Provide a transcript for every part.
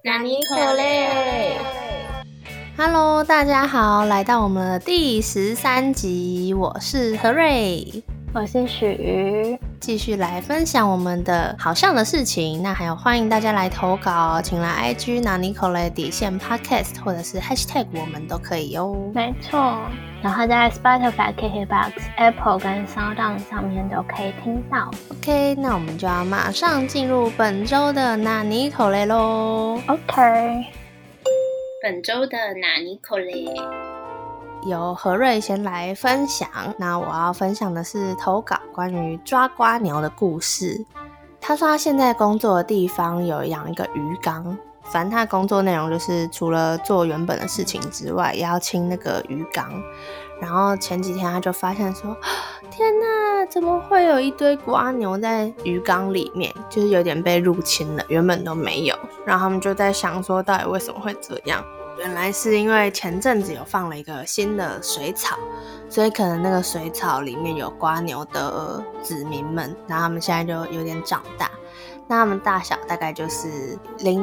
哪里可嘞 Hello， 大家好，来到我们的第13集，我是何瑞， 我是许， 继续来分享我们的好笑的事情。那还有欢迎大家来投稿，请来 IG 哪里可嘞_podcast 或者是 hashtag 我们都可以哟。 没错，然后在 Spotify、KKBOX、Apple 跟 SoundOn 上面都可以听到。 OK， 那我们就要马上进入本周的哪里可嘞咯。 OK， 本周的哪里可嘞由何瑞先来分享。那我要分享的是投稿关于抓蝸牛的故事。他说他现在工作的地方有养一个鱼缸，反正他的工作内容就是除了做原本的事情之外，也要清那个鱼缸。然后前几天他就发现说，天哪，怎么会有一堆蝸牛在鱼缸里面，就是有点被入侵了，原本都没有。然后他们就在想说到底为什么会这样，原来是因为前阵子有放了一个新的水草，所以可能那个水草里面有蝸牛的子民们，然后他们现在就有点长大。那他们大小大概就是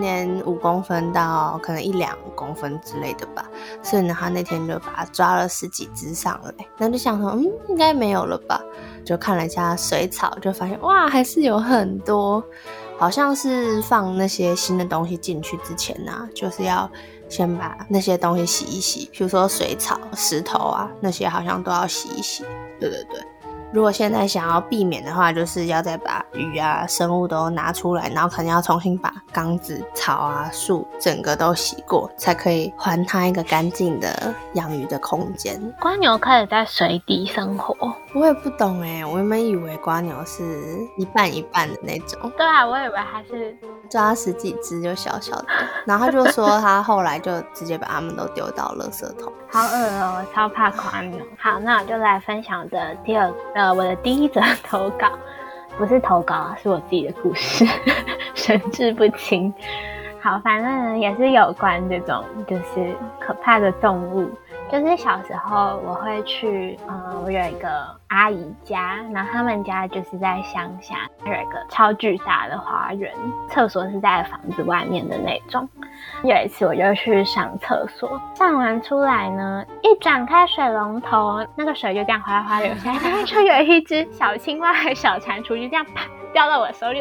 0.5公分到可能1-2公分之类的吧，所以呢他那天就把它抓了10几只上来，那就想说应该没有了吧，就看了一下水草，就发现哇还是有很多。好像是放那些新的东西进去之前啊，就是要先把那些东西洗一洗，比如说水草、石头啊，那些好像都要洗一洗。对对对，如果现在想要避免的话，就是要再把鱼啊、生物都拿出来，然后可能要重新把缸子、草啊、树整个都洗过，才可以还它一个干净的养鱼的空间。 蝸牛可以在水底生活？ 我也不懂耶，我原本以为蝸牛是一半一半的那种。 对啊，我以为它是抓10几只就小小的，然后他就说他后来就直接把它们都丢到垃圾桶。 好恶哦，我超怕蝸牛。好，那我就来分享我的第一则投稿，不是投稿啊，是我自己的故事，神志不清。好，反正呢也是有关这种就是可怕的动物。就是小时候我会去我有一个阿姨家，然后他们家就是在乡下，有一个超巨大的花园，厕所是在房子外面的那种。有一次我就去上厕所，上完出来呢，一转开水龙头，那个水就这样哗啦哗流下来，然后就有一只小青蛙和小蟾蜍就这样啪掉到我手里，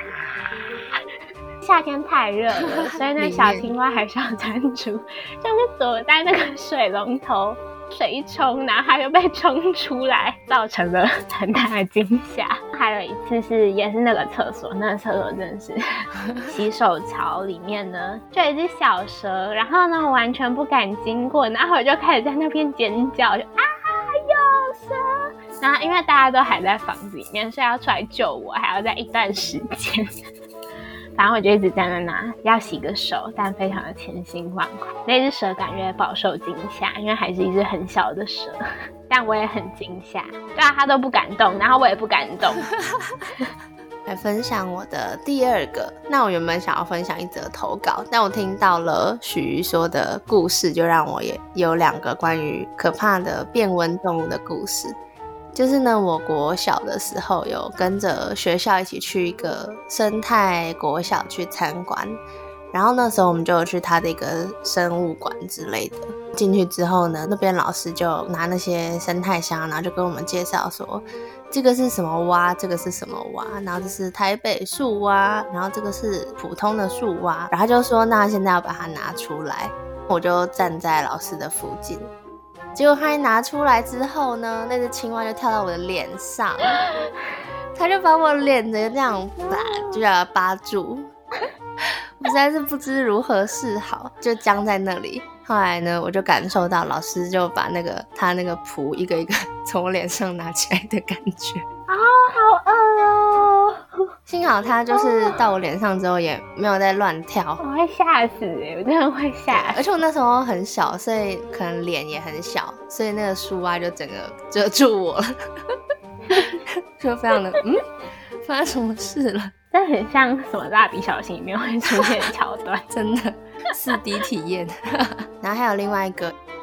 夏天太热了，所以那小青蛙还小蟾蜍就是躲在那个水龙头，水一冲，然后它就被冲出来，造成了很大的惊吓。还有一次也是那个厕所，那个厕所真的是洗手槽里面呢就有一只小蛇，然后呢我完全不敢经过，然后我就开始在那边尖叫，就有蛇！然后因为大家都还在房子里面，所以要出来救我还要在一段时间。反正我就一直在那拿要洗个手，但非常的千辛万苦。那只蛇感觉饱受惊吓，因为还是一只很小的蛇，但我也很惊吓。对啊，它都不敢动，然后我也不敢动。 来分享我的第二个。那我原本想要分享一则投稿，但我听到了许瑜说的故事，就让我也有2个关于可怕的变温动物的故事。就是呢，我国小的时候有跟着学校一起去一个生态国小去参观，然后那时候我们就有去他的一个生物馆之类的。进去之后呢，那边老师就拿那些生态箱，然后就跟我们介绍说这个是什么蛙，这个是什么蛙，然后这是台北树蛙，然后这个是普通的树蛙，然后就说那现在要把它拿出来。我就站在老师的附近，结果他一拿出来之后呢，那只青蛙就跳到我的脸上，他就把我脸的这样就把它扒住，我实在是不知如何是好，就僵在那里。后来呢，我就感受到老师就把他那个蹼一个一个从我脸上拿起来的感觉。 好饿哦！ 幸好他就是到我脸上之后也没有再乱跳。 我会吓死耶，我真的会吓死。 而且我那时候很小，所以可能脸也很小，所以那个树蛙就整个遮住我了，就非常的发生什么事了？ 这很像什么蜡笔小新里面会出现的桥段， 真的4D 体验。然后还有另外一个，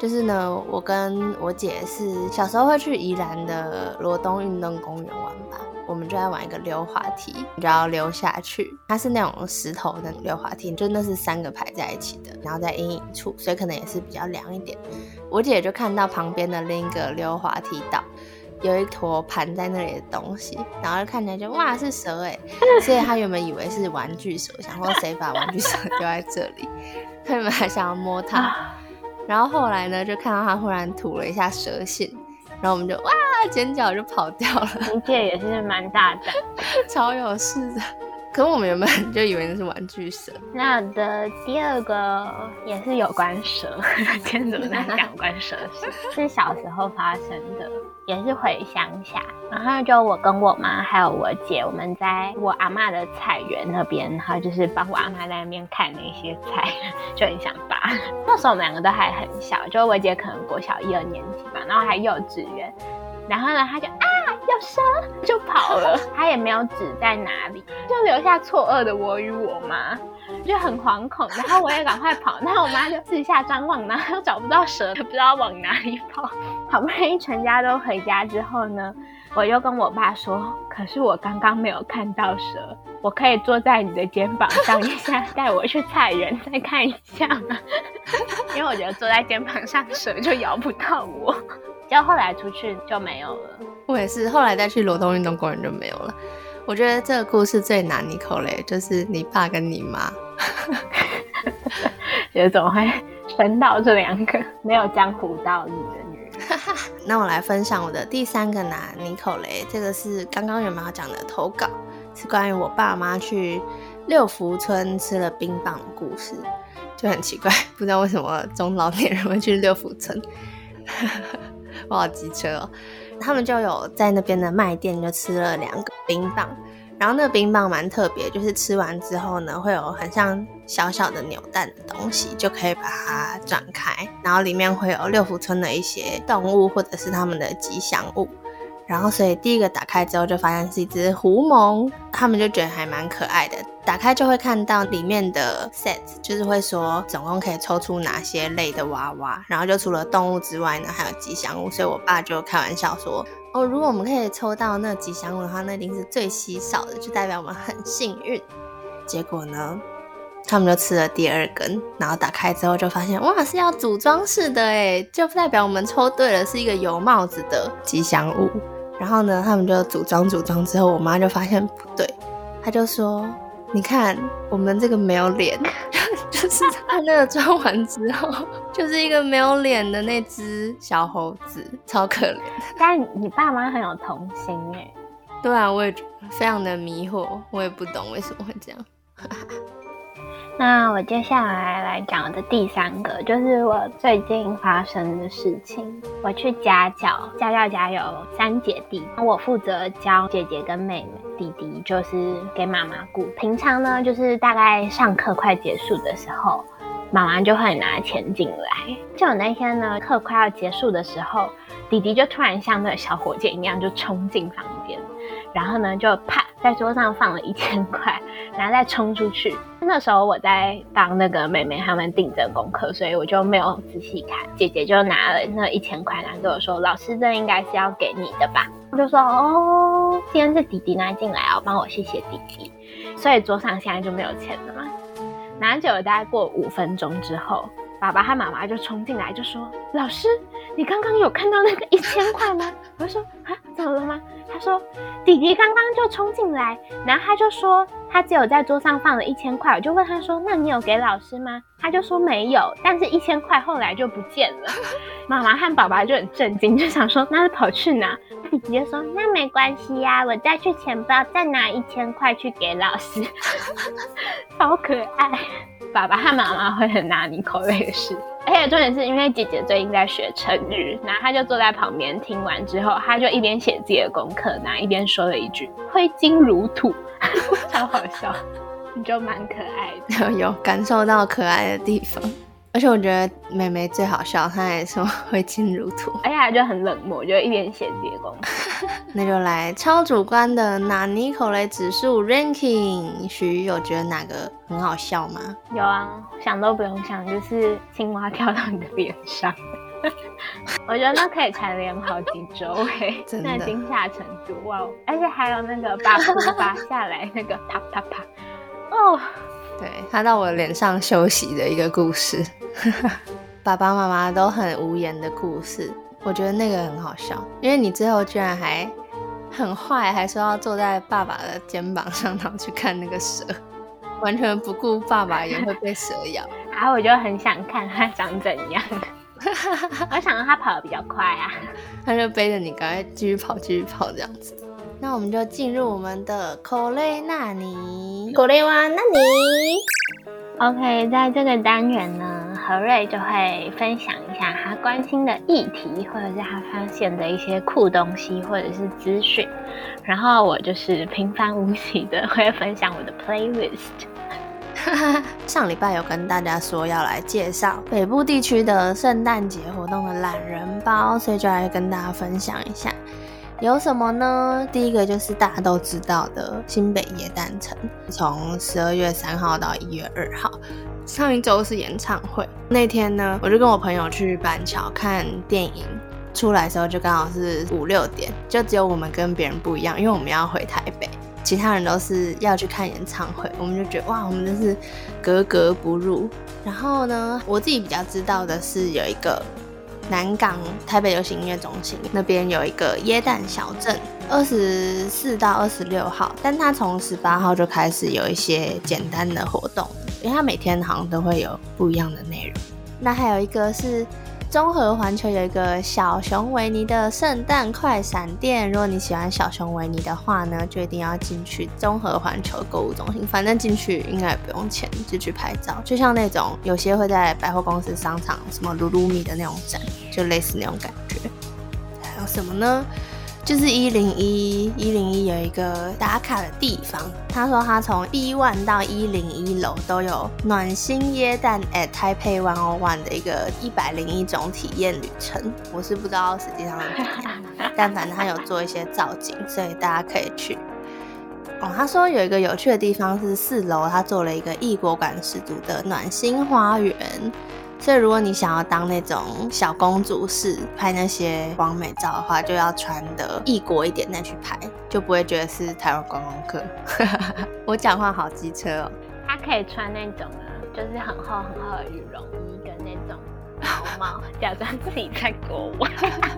就是呢，我跟我姐是小时候会去宜兰的罗东运动公园玩吧，我们就在玩一个溜滑梯，就要溜下去。它是那种石头的溜滑梯，就那是3个排在一起的，然后在阴影处，所以可能也是比较凉一点。我姐就看到旁边的另一个溜滑梯道有一坨盘在那里的东西，然后就看起来就哇是蛇欸，所以她原本以为是玩具蛇，想说谁把玩具蛇丢在这里，她原本还想要摸它。然后后来呢，就看到他忽然吐了一下蛇信，然后我们就哇尖叫就跑掉了。 你姐也是蛮大胆， 超有事的。可是我们原本就以为那是玩具蛇。 那我的第2个也是有关蛇，今天怎么在讲关蛇的事？是小时候发生的，也是回乡下，然后就我跟我妈还有我姐，我们在我阿嬷的菜园那边，然后就是帮我阿嬷在那边看那些菜，就很想拔。那时候我们2个都还很小，就我姐可能国小1、2年级吧，然后还幼稚园。然后呢，他就有蛇就跑了，他也没有指在哪里，就留下错愕的我与我妈，就很惶恐。然后我也赶快跑，然后我妈就四下张望，然后又找不到蛇，不知道往哪里跑。好不容易全家都回家之后呢，我就跟我爸说，可是我刚刚没有看到蛇，我可以坐在你的肩膀上一下，带我去菜园再看一下吗？因为我觉得坐在肩膀上蛇就咬不到我。就后来出去就没有了。 我也是，后来再去罗东运动公园就没有了。我觉得这个故事最难Nicole就是你爸跟你妈。 觉得怎么会生到这2个没有江湖道义的女人？ 那我来分享我的第3个难Nicole，这个是刚刚原本要讲的投稿，是关于我爸妈去六福村吃了冰棒的故事。就很奇怪，不知道为什么中老年人会去六福村。我好机车哦。他们就有在那边的卖店就吃了2个冰棒，然后那个冰棒蛮特别，就是吃完之后呢，会有很像小小的扭蛋的东西，就可以把它转开，然后里面会有六福村的一些动物或者是他们的吉祥物。然后所以第一个打开之后就发现是一只狐獴，他们就觉得还蛮可爱的。打开就会看到里面的 set， 就是会说总共可以抽出哪些类的娃娃，然后就除了动物之外呢，还有吉祥物。所以我爸就开玩笑说，哦，如果我们可以抽到那吉祥物的话，那一定是最稀少的，就代表我们很幸运。结果呢，他们就吃了第2根，然后打开之后就发现，哇，是要组装式的耶，就代表我们抽对了，是一个有帽子的吉祥物。然后呢，他们就组装之后，我妈就发现不对，她就说，你看我们这个没有脸。就是他那个装完之后就是一个没有脸的那只小猴子，超可怜。 但你爸妈很有童心耶。 对啊，我也觉得非常的迷惑，我也不懂为什么会这样。 那我接下来讲我的第3个，就是我最近发生的事情。我去家教，家有3姐弟，我负责教姐姐跟妹妹，弟弟就是给妈妈顾。平常呢，就是大概上课快结束的时候，妈妈就会拿钱进来。就有那天呢，课快要结束的时候，弟弟就突然像那个小火箭一样就冲进房间，然后呢就啪在桌上放了1000块，然后再冲出去。那时候我在帮那个妹妹他们订正功课，所以我就没有仔细看。姐姐就拿了那1000块，然后跟我说，老师这应该是要给你的吧。我就说，哦，今天是弟弟拿进来哦，帮我谢谢弟弟。所以桌上现在就没有钱了嘛。然后结果大概过5分钟之后，爸爸和妈妈就冲进来就说，老师，你刚刚有看到那个1000块吗？我就说，啊，怎么了吗？他说，弟弟刚刚就冲进来，然后他就说他只有在桌上放了1000块。我就问他说，那你有给老师吗？他就说没有，但是1000块后来就不见了。妈妈和爸爸就很震惊，就想说那是跑去哪？弟弟就说那没关系呀，我再去钱包再拿1000块去给老师。超可爱。爸爸和妈妈会很拿Nicole的事，而且重点是因为姐姐最近在学成语，然后她就坐在旁边听完之后，她就一边写自己的功课，然后一边说了一句挥金如土。超好笑，你就蛮可爱的。 有感受到可爱的地方，而且我觉得妹妹最好笑，她还说挥金如土， 而且她就很冷漠，就一边写自己的功课。 那就来超主观的拿Nicole指数 ranking， 徐有觉得哪个很好笑吗？ 有啊，想都不用想，就是青蛙跳到你的脸上。 我觉得那可以蝉联好几周真的那惊吓程度哇！而且还有那个把头发下来那个啪啪啪哦， 对，他到我脸上休息的一个故事，爸爸妈妈都很无言的故事，我觉得那个很好笑，因为你最后居然还很坏，还说要坐在爸爸的肩膀上，然后去看那个蛇，完全不顾爸爸也会被蛇咬。 然后我就很想看他长怎样，我想到他跑得比较快啊， 他就背着你赶快继续跑这样子。那我们就进入我们的口雷纳尼， 口雷哇，那你 OK， 在这个单元呢，何瑞就会分享一下他关心的议题，或者是他发现的一些酷东西或者是资讯，然后我就是平凡无奇的会分享我的 playlist。 上礼拜有跟大家说要来介绍北部地区的圣诞节活动的懒人包，所以就来跟大家分享一下有什么呢？第一个就是大家都知道的新北耶诞城，从12月3号到1月2号，上一周是演唱会。那天呢，我就跟我朋友去板桥看电影，出来的时候就刚好是5、6点，就只有我们跟别人不一样，因为我们要回台北，其他人都是要去看演唱会，我们就觉得哇，我们真是格格不入。然后呢，我自己比较知道的是有一个南港台北流行音乐中心那边有一个耶诞小镇，24到26号，但它从18号就开始有一些简单的活动，因为它每天好像都会有不一样的内容。那还有一个是中和环球有一个小熊维尼的圣诞快闪店，如果你喜欢小熊维尼的话呢，就一定要进去中和环球购物中心，反正进去应该也不用钱，就去拍照，就像那种有些会在百货公司商场什么鲁鲁米的那种展，就类似那种感觉。还有什么呢？就是101有一个打卡的地方，他说他从 B1 到101楼都有暖心耶诞 at Taipei 101的一个101种体验旅程，我是不知道实际上是怎么样，但反正他有做一些造景，所以大家可以去。他说有一个有趣的地方是4楼，他做了一个异国感十足的暖心花园，所以如果你想要当那种小公主式拍那些完美照的话，就要穿的异国一点再去拍，就不会觉得是台湾观光客。我讲话好机车哦。 他可以穿那种就是很厚很厚的羽绒衣跟那种毛毛，假装自己在国外。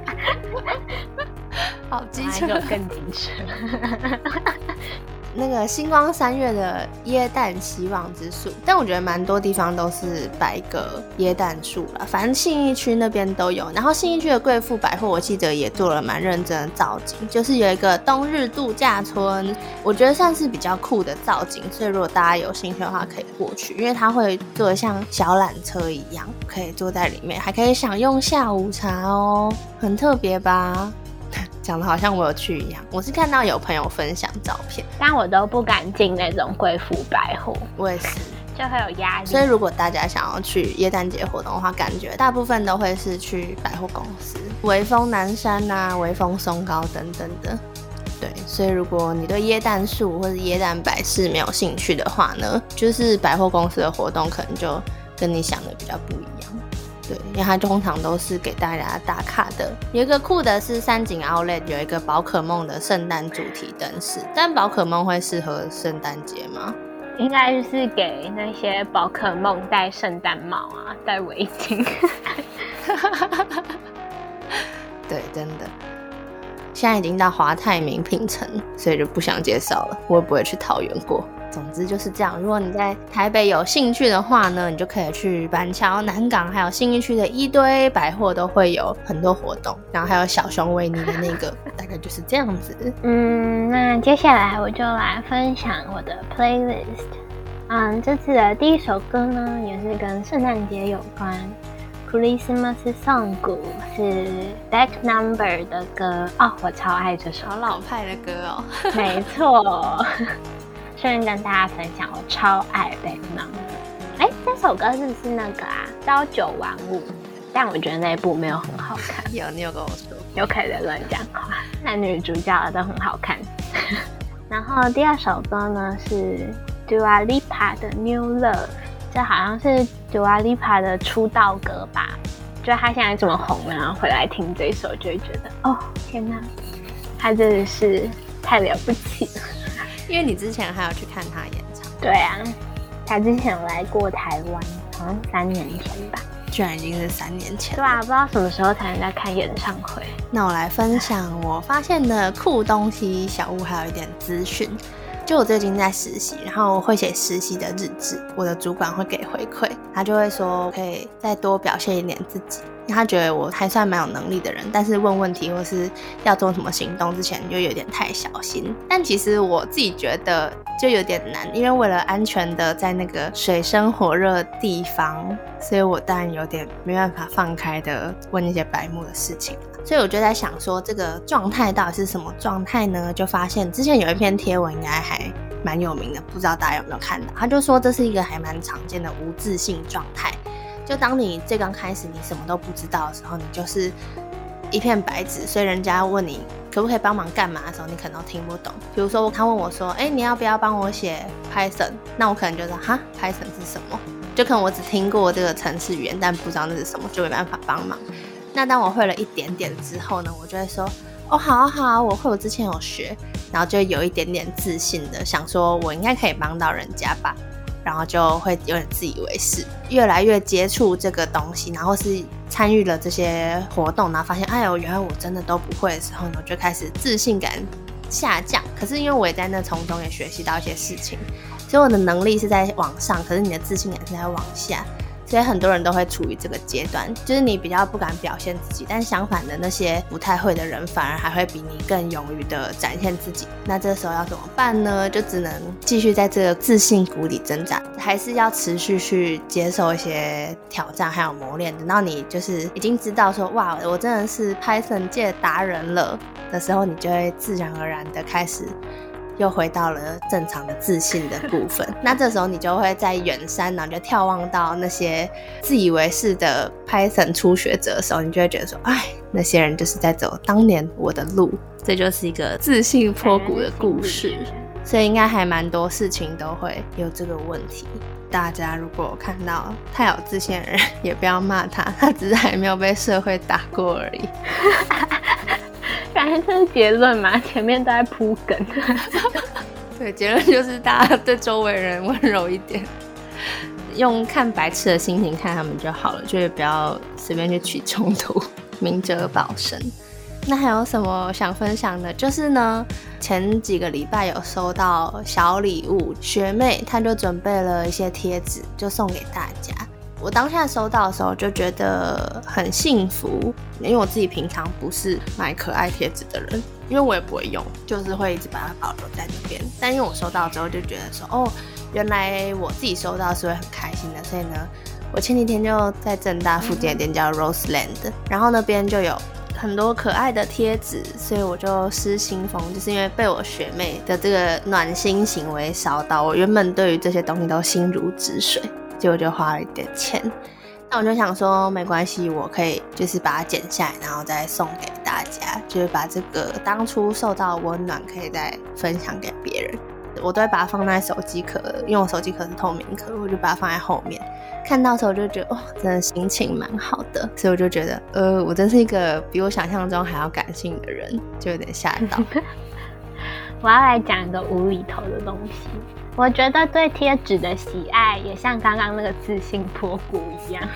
好机车， 就更机车。 那个星光3月的耶诞希望之树，但我觉得蛮多地方都是摆个耶诞树啦，反正信义区那边都有，然后信义区的贵妇百货我记得也做了蛮认真的造景，就是有一个冬日度假村，我觉得算是比较酷的造景，所以如果大家有兴趣的话可以过去，因为它会做得像小缆车一样，可以坐在里面，还可以享用下午茶哦，很特别吧？讲的好像我有去一样，我是看到有朋友分享照片， 但我都不敢进那种贵妇百货， 我也是， 就会有压力。 所以如果大家想要去耶诞节活动的话，感觉大部分都会是去百货公司，微风南山啊、微风松高等等的。对，所以如果你对耶诞树或者耶诞摆饰没有兴趣的话呢，就是百货公司的活动可能就跟你想的比较不一样。对，因为它通常都是给大家打卡的。有一个酷的是三井 Outlet 有一个宝可梦的圣诞主题灯饰，但宝可梦会适合圣诞节吗？ 应该就是给那些宝可梦戴圣诞帽啊，戴围巾。 对，真的。现在已经到华泰名品城，所以就不想介绍了，我也不会去桃园过。总之就是这样，如果你在台北有兴趣的话呢，你就可以去板桥、南港还有信义区的一堆百货都会有很多活动，然后还有小熊维尼的那个大概就是这样子。 那接下来我就来分享我的 playlist。这次的第一首歌呢也是跟圣诞节有关， Christmas Song 是 Back Number 的歌哦，我超爱这首， 好老派的歌哦。 没错。顺便跟大家分享，我超爱 Back Number。这首歌是不是那个朝九晚五？但我觉得那一部没有很好看。 有，你有跟我说。 又开始乱讲话。男女主角都很好看。然后第二首歌呢是 Dua Lipa 的 New Love， 这好像是 Dua Lipa 的出道歌吧。 就他现在这么红，然后回来听这一首，就会觉得哦天哪，他真的是太了不起了。 因为你之前还有去看他演唱会。 对啊，他之前有来过台湾，好像3年前吧。 居然已经是3年前。 对啊，不知道什么时候才能再看演唱会。 那我来分享我发现的酷东西小物，还有一点资讯。就我最近在实习，然后会写实习的日志，我的主管会给回馈，他就会说可以再多表现一点自己，因为他觉得我还算蛮有能力的人，但是问问题或是要做什么行动之前就有点太小心。但其实我自己觉得就有点难，因为为了安全的在那个水深火热地方，所以我当然有点没办法放开的问一些白目的事情。所以我就在想说，这个状态到底是什么状态呢？就发现之前有一篇贴文应该还蛮有名的，不知道大家有没有看到。他就说这是一个还蛮常见的无自信状态，就当你最刚开始你什么都不知道的时候，你就是一片白纸，所以人家问你可不可以帮忙干嘛的时候，你可能都听不懂。比如说他问我说你要不要帮我写 Python， 那我可能就说哈 Python 是什么，就可能我只听过这个程式语言，但不知道那是什么，就没办法帮忙。那当我会了一点点之后呢，我就会说好啊好啊，我会，我之前有学，然后就有一点点自信的想说我应该可以帮到人家吧，然后就会有点自以为是。越来越接触这个东西，然后是参与了这些活动，然后发现原来我真的都不会的时候呢，我就开始自信感下降。可是因为我也在那从中也学习到一些事情，所以我的能力是在往上，可是你的自信感是在往下。所以很多人都会处于这个阶段，就是你比较不敢表现自己，但相反的那些不太会的人反而还会比你更勇于的展现自己。那这时候要怎么办呢？就只能继续在这个自信谷里挣扎，还是要持续去接受一些挑战还有磨练。等到你就是已经知道说哇我真的是 Python 界达人了的时候，你就会自然而然的开始又回到了正常的自信的部分。那这时候你就会在远山，然后就眺望到那些自以为是的 Python 初学者的时候，你就会觉得说那些人就是在走当年我的路。这就是一个自信坡谷的故事，所以应该还蛮多事情都会有这个问题。大家如果看到太有自信的人也不要骂他，他只是还没有被社会打过而已。 反正这是结论嘛，前面都在铺梗。 对，结论就是大家对周围人温柔一点，用看白痴的心情看他们就好了，就是不要随便去起冲突，明哲保身。那还有什么想分享的？就是呢，前几个礼拜有收到小礼物，学妹她就准备了一些贴纸，就送给大家。我当下收到的时候就觉得很幸福，因为我自己平常不是买可爱贴纸的人，因为我也不会用，就是会一直把它保留在那边。但因为我收到之后就觉得说原来我自己收到是会很开心的，所以呢，我前几天就在政大附近的店叫 Roseland， 然后那边就有很多可爱的贴纸，所以我就失心疯，就是因为被我学妹的这个暖心行为烧到，我原本对于这些东西都心如止水，结果就花了一点钱。那我就想说没关系，我可以就是把它剪下来，然后再送给大家，就是把这个当初受到温暖可以再分享给别人。我都会把它放在手机壳，因为我手机壳是透明壳，我就把它放在后面。看到的时候就觉得真的心情蛮好的，所以我就觉得我真是一个比我想象中还要感性的人，就有点吓到。 我要来讲一个无厘头的东西。我觉得对贴纸的喜爱也像刚刚那个自信坡谷一样，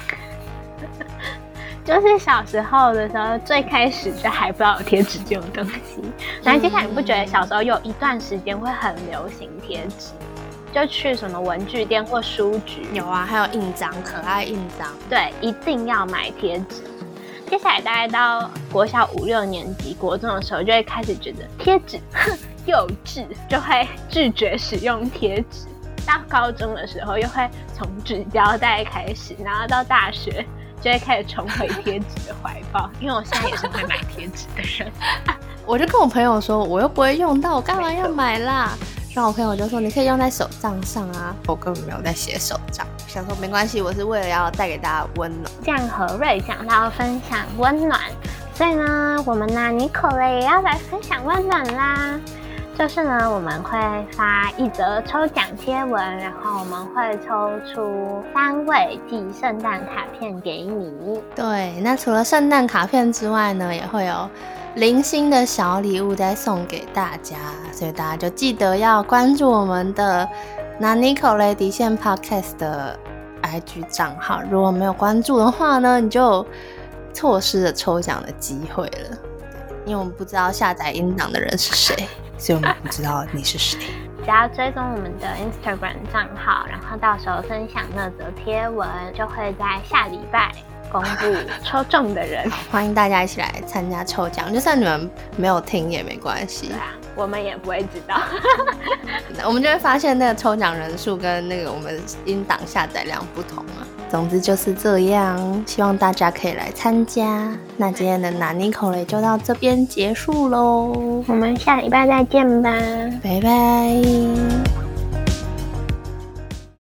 就是小时候的时候，最开始就还不知道有贴纸这种东西。然后接下来你不觉得小时候有一段时间会很流行贴纸？就去什么文具店或书局， 有啊，还有印章，可爱印章， 对，一定要买贴纸。接下来大概到国小5、6年级、国中的时候，就会开始觉得贴纸幼稚，就会拒绝使用贴纸。到高中的时候，又会从纸胶带开始，然后到大学就会开始重回贴纸的怀抱。因为我现在也是会买贴纸的人， 我就跟我朋友说，我又不会用到，我干嘛要买啦？然后我朋友就说你可以用在手账上啊，我根本没有在写手账，想说没关系，我是为了要带给大家温暖。 这样何瑞讲到分享温暖，所以呢，我们呢Nicole也要来分享温暖啦。 就是呢，我们会发一则抽奖贴文，然后我们会抽出3位寄圣诞卡片给你。 对，那除了圣诞卡片之外呢，也会有零星的小礼物再送给大家，所以大家就记得要关注我们的拿尼口雷底线 Podcast 的 IG 账号。如果没有关注的话呢，你就错失了抽奖的机会了。因为我们不知道下载音档的人是谁，所以我们不知道你是谁。 只要追踪我们的 Instagram 账号，然后到时候分享那则贴文，就会在下礼拜公布抽中的人。 欢迎大家一起来参加抽奖，就算你们没有听也没关系。 对啊，我们也不会知道。 我们就会发现那个抽奖人数跟那个我们音档下载量不同啊。总之就是这样，希望大家可以来参加。那今天的拿尼口雷就到这边结束咯， 我们下礼拜再见吧， 拜拜。